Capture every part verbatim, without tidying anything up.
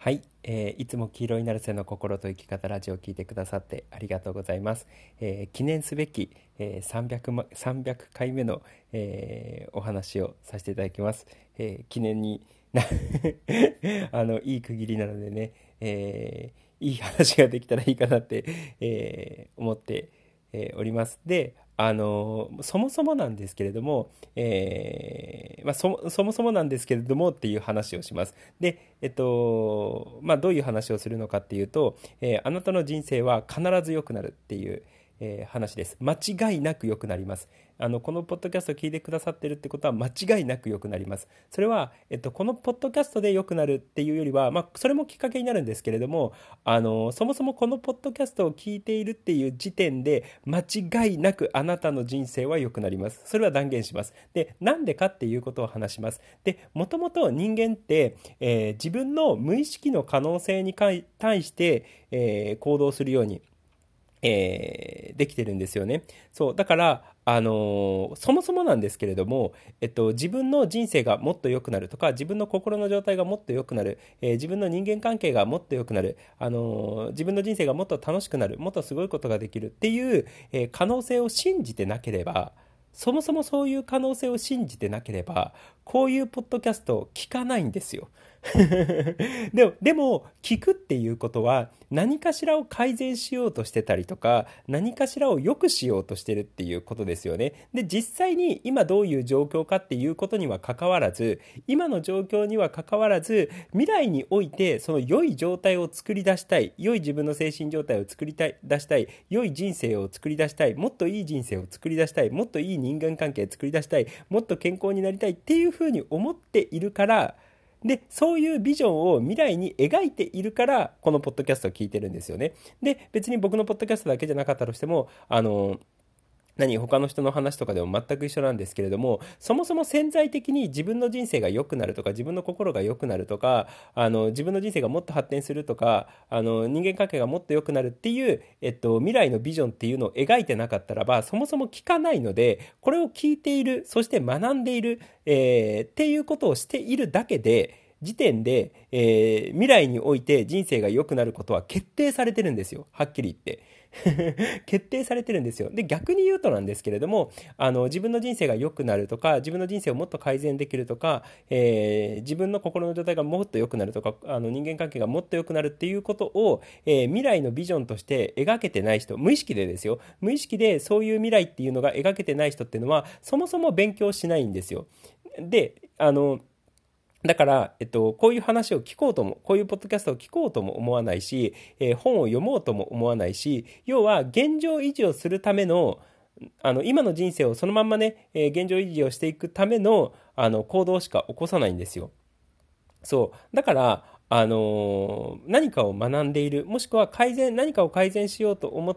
はい、えーいつも黄色いナルセの心と生き方ラジオを聞いてくださってありがとうございます。えー記念すべき、えーさんびゃくま、さんびゃくかいめの、えーお話をさせていただきます。えー記念になあのいい区切りなのでね、えーいい話ができたらいいかなって、えー思って、えーおります。で、あのそもそもなんですけれども、えーまあ、そも、そもそもなんですけれどもっていう話をします。で、えっと、まあ、どういう話をするのかっていうと、えーあなたの人生は必ず良くなるっていう、えー話です。間違いなく良くなります。あの、このポッドキャストを聞いてくださってるってことは間違いなく良くなります。それは、えっと、このポッドキャストで良くなるっていうよりは、まあ、それもきっかけになるんですけれども、あの、そもそもこのポッドキャストを聞いているっていう時点で、間違いなくあなたの人生は良くなります。それは断言します。で、なんでかっていうことを話します。で、もともと人間って、えー自分の無意識の可能性に対して、えー行動するように、えーできてるんですよね。そう。だから、あのーそもそもなんですけれども、えっと、自分の人生がもっと良くなるとか、自分の心の状態がもっと良くなる、えー自分の人間関係がもっと良くなる、あのー自分の人生がもっと楽しくなる、もっとすごいことができるっていう、えー可能性を信じてなければ、そもそもそういう可能性を信じてなければ、こういうポッドキャストを聞かないんですよ。でも、でも、聞くっていうことは、何かしらを改善しようとしてたりとか、何かしらを良くしようとしてるっていうことですよね。で、実際に今どういう状況かっていうことには関わらず、今の状況には関わらず、未来において、その良い状態を作り出したい、良い自分の精神状態を作りたい、出したい、良い人生を作り出したい、もっといい人生を作り出したい、もっといい人間関係を作り出したい、もっと健康になりたいっていうふうに思っているから、で、そういうビジョンを未来に描いているから、このポッドキャストを聞いてるんですよね。で、別に僕のポッドキャストだけじゃなかったとしても、あの、何他の人の話とかでも全く一緒なんですけれども、そもそも潜在的に自分の人生が良くなるとか、自分の心が良くなるとか、あの自分の人生がもっと発展するとか、あの人間関係がもっと良くなるっていう、えっと、未来のビジョンっていうのを描いてなかったらば、そもそも聞かないので、これを聞いている、そして学んでいる、えーっていうことをしているだけで、時点で、えー未来において人生が良くなることは決定されてるんですよ。はっきり言って。決定されてるんですよ。で、逆に言うとなんですけれども、あの、自分の人生が良くなるとか、自分の人生をもっと改善できるとか、えー自分の心の状態がもっと良くなるとか、あの、人間関係がもっと良くなるっていうことを、えー未来のビジョンとして描けてない人、無意識でですよ。無意識でそういう未来っていうのが描けてない人っていうのは、そもそも勉強しないんですよ。で、あの、だから、えっと、こういう話を聞こうとも、こういうポッドキャストを聞こうとも思わないし、えー本を読もうとも思わないし、要は現状維持をするための、あの、今の人生をそのまんまね、えー現状維持をしていくための、あの、行動しか起こさないんですよ。そう。だから、あのー何かを学んでいる、もしくは改善、何かを改善しようと思って、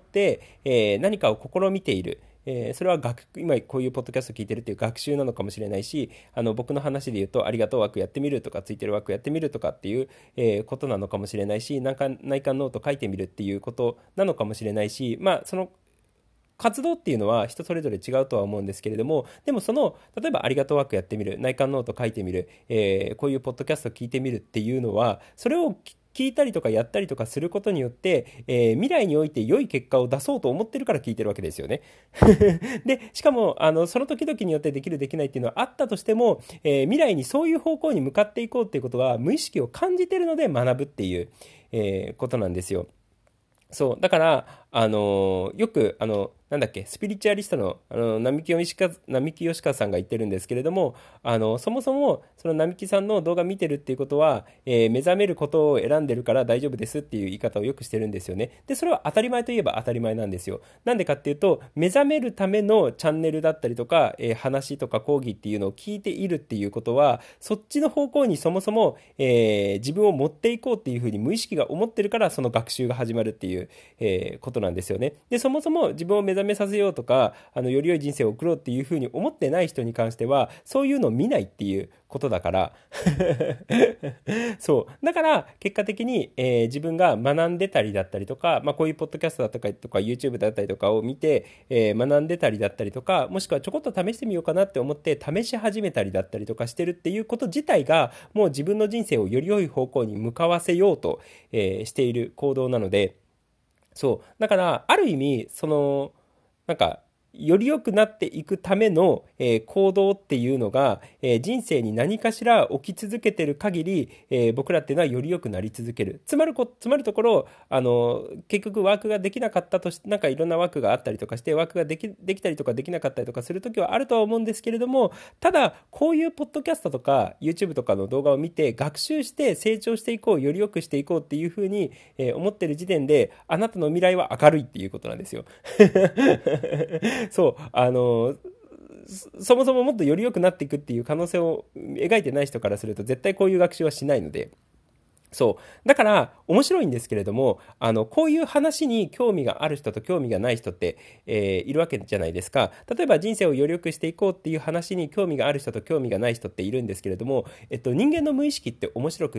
えー何かを試みている。えーそれは学、今こういうポッドキャスト聞いてるっていう学習なのかもしれないし、あの、僕の話で言うと、ありがとう枠やってみるとか、ついてる枠やってみるとかっていう、えーことなのかもしれないし、内観、内観ノート書いてみるっていうことなのかもしれないし、まあ、その活動っていうのは人それぞれ違うとは思うんですけれども、でもその、例えばありがとうワークやってみる、内観ノート書いてみる、えーこういうポッドキャスト聞いてみるっていうのは、それを聞いたりとかやったりとかすることによって、えー未来において良い結果を出そうと思ってるから聞いてるわけですよね。で、しかも、あの、その時々によってできるできないっていうのはあったとしても、えー未来にそういう方向に向かっていこうっていうことは無意識を感じてるので学ぶっていう、えーことなんですよ。そう。だから、あのーよく、あの、なんだっけ、スピリチュアリストの、あの、並木義和、並木義和さんが言ってるんですけれども、あの、そもそも、その並木さんの動画見てるっていうことは、えー目覚めることを選んでるから大丈夫ですっていう言い方をよくしてるんですよね。で、それは当たり前といえば当たり前なんですよ。なんでかっていうと、目覚めるためのチャンネルだったりとか、えー話とか講義っていうのを聞いているっていうことは、そっちの方向にそもそも、えー自分を持っていこうっていうふうに無意識が思ってるから、その学習が始まるっていう、えーことなんですよね。で、そもそも自分を目覚めさせようとか、あのより良い人生を送ろうっていうふうに思ってない人に関しては、そういうのを見ないっていうことだからそうだから結果的に、えー自分が学んでたりだったりとか、まあ、こういうポッドキャストだったりとか YouTube だったりとかを見て、えー学んでたりだったりとか、もしくはちょこっと試してみようかなって思って試し始めたりだったりとかしてるっていうこと自体が、もう自分の人生をより良い方向に向かわせようと、えーしている行動なので、そうだからある意味そのなんかより良くなっていくための、えー行動っていうのが、えー人生に何かしら起き続けてる限り、えー僕らっていうのはより良くなり続ける。つまるこ、つまるところ、あの結局ワークができなかったとし、なんかいろんなワークがあったりとかして、ワークができ、できたりとかできなかったりとかするときはあるとは思うんですけれども、ただこういうポッドキャストとか YouTube とかの動画を見て学習して成長していこう、より良くしていこうっていうふうに、えー思ってる時点で、あなたの未来は明るいっていうことなんですよ。そうあのそそもそももっとより良くなっていくっていう可能性を描いてない人からすると絶対こういう学習はしないので、そうだから面白いんですけれども、あのこういう話に興味がある人と興味がない人って、えーいるわけじゃないですか。例えば人生をより良くしていこうっていう話に興味がある人と興味がない人っているんですけれども、えっと、人間の無意識って面白くって、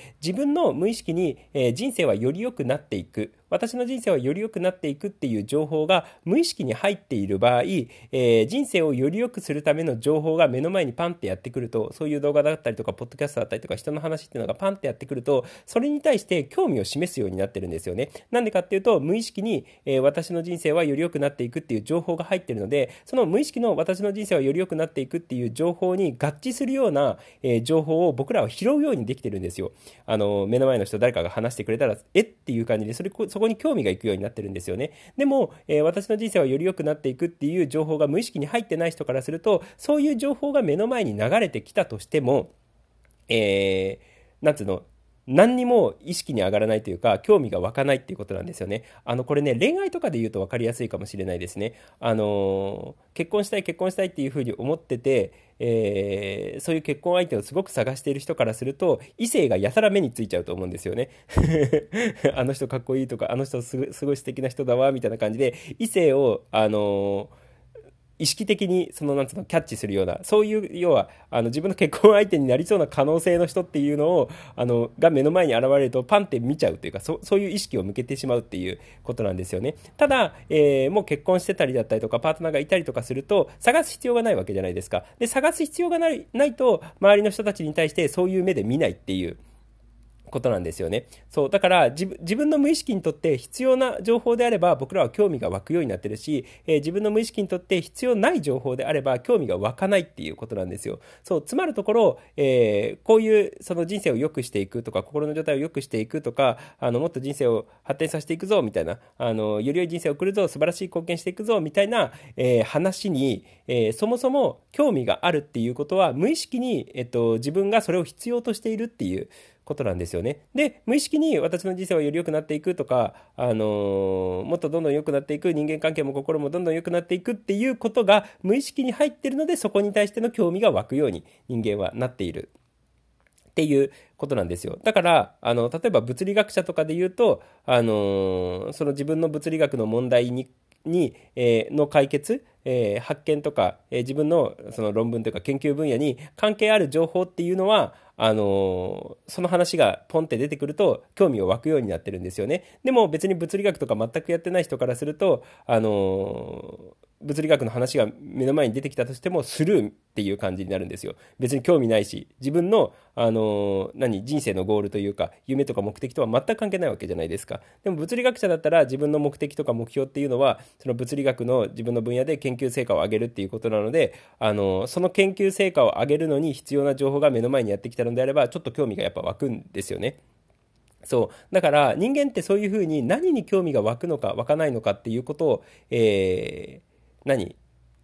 自分の無意識に、えー人生はより良くなっていく、私の人生はより良くなっていくっていう情報が無意識に入っている場合、えー人生をより良くするための情報が目の前にパンってやってくると、そういう動画だったりとかポッドキャストだったりとか人の話っていうのがパンってやってくると、それに対して興味を示すようになってるんですよね。なんでかっていうと、無意識に、えー私の人生はより良くなっていくっていう情報が入ってるので、その無意識の私の人生はより良くなっていくっていう情報に合致するような、えー情報を僕らは拾うようにできてるんですよ。あの目の前の人誰かが話してくれたらえっていう感じで、それそこに興味がいくようになってるんですよね。でも、えー私の人生はより良くなっていくっていう情報が無意識に入ってない人からすると、そういう情報が目の前に流れてきたとしても、えー、なんつうの、何にも意識に上がらないというか、興味が湧かないっていうことなんですよね。あの、これね、恋愛とかで言うと分かりやすいかもしれないですね。あのー結婚したい、結婚したいっていうふうに思ってて、えーそういう結婚相手をすごく探している人からすると、異性がやたら目についちゃうと思うんですよね。あの人かっこいいとか、あの人すごすごい素敵な人だわ、みたいな感じで、異性を、あのー意識的にそのなんつうのキャッチするような、そういう要はあの自分の結婚相手になりそうな可能性の人っていうのをあのが目の前に現れるとパンって見ちゃうというか、そそういう意識を向けてしまうっていうことなんですよね。ただ、えーもう結婚してたりだったりとかパートナーがいたりとかすると探す必要がないわけじゃないですか。で探す必要がないないと周りの人たちに対してそういう目で見ないっていうことなんですよね。そうだから自分自分の無意識にとって必要な情報であれば僕らは興味が湧くようになってるし、えー自分の無意識にとって必要ない情報であれば興味が湧かないっていうことなんですよ。そうつまるところ、えーこういうその人生を良くしていくとか心の状態を良くしていくとか、あのもっと人生を発展させていくぞみたいな、あのより良い人生を送るぞ、素晴らしい貢献していくぞみたいな、えー話に、えーそもそも興味があるっていうことは無意識に、えっと、自分がそれを必要としているっていうことなんですよね。で、無意識に私の人生はより良くなっていくとか、あのーもっとどんどん良くなっていく、人間関係も心もどんどん良くなっていくっていうことが無意識に入っているので、そこに対しての興味が湧くように人間はなっているっていうことなんですよ。だからあの例えば物理学者とかで言うと、あのーその自分の物理学の問題にに、えーの解決、えー発見とか、えー自分のその論文というか研究分野に関係ある情報っていうのはあのーその話がポンって出てくると興味を湧くようになってるんですよね。でも別に物理学とか全くやってない人からすると、あのー物理学の話が目の前に出てきたとしてもスルーっていう感じになるんですよ。別に興味ないし、自分の、あのー何人生のゴールというか夢とか目的とは全く関係ないわけじゃないですか。でも物理学者だったら自分の目的とか目標っていうのはその物理学の自分の分野で研究成果を上げるっていうことなので、あのーその研究成果を上げるのに必要な情報が目の前にやってきたのであればちょっと興味がやっぱ湧くんですよね。そうだから人間ってそういうふうに何に興味が湧くのか湧かないのかっていうことを、えー何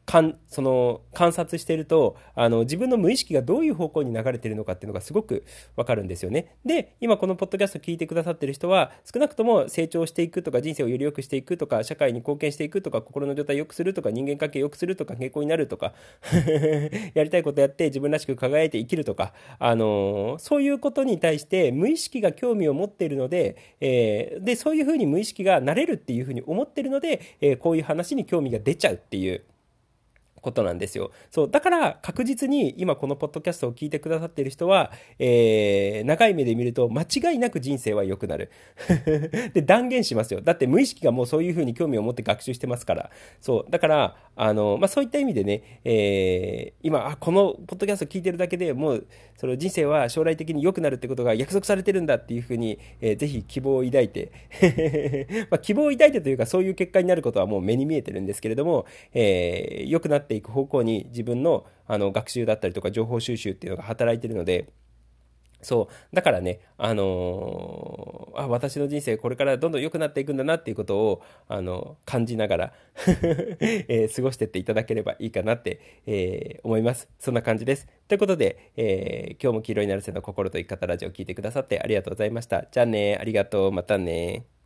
かんその観察していると、あの自分の無意識がどういう方向に流れているのかっていうのがすごくわかるんですよね。で、今このポッドキャスト聞いてくださっている人は、少なくとも成長していくとか、人生をより良くしていくとか、社会に貢献していくとか、心の状態を良くするとか、人間関係を良くするとか、健康になるとかやりたいことやって自分らしく輝いて生きるとか、あのそういうことに対して無意識が興味を持っているので、えーでそういうふうに無意識がなれるっていうふうに思っているので、えーこういう話に興味が出ちゃうっていうことなんですよ。そう。だから確実に今このポッドキャストを聞いてくださっている人は、えー、長い目で見ると間違いなく人生は良くなる。で、断言しますよ。だって無意識がもうそういうふうに興味を持って学習してますから。そう。だから、あの、まあ、そういった意味でね、えー、今、あ、このポッドキャストを聞いてるだけでもう、その人生は将来的に良くなるってことが約束されてるんだっていうふうに、えー、ぜひ希望を抱いて、まあ、希望を抱いてというかそういう結果になることはもう目に見えてるんですけれども、えー、良くなっていく方向に自分の、あの学習だったりとか情報収集っていうのが働いているので、そうだからね、あのーあ私の人生これからどんどん良くなっていくんだなっていうことを、あの感じながらえー過ごしていっていただければいいかなって、えー思います。そんな感じです。ということで、えー今日も黄色になる背の心と生き方ラジオを聞いてくださってありがとうございました。じゃあね、ありがとう、またね。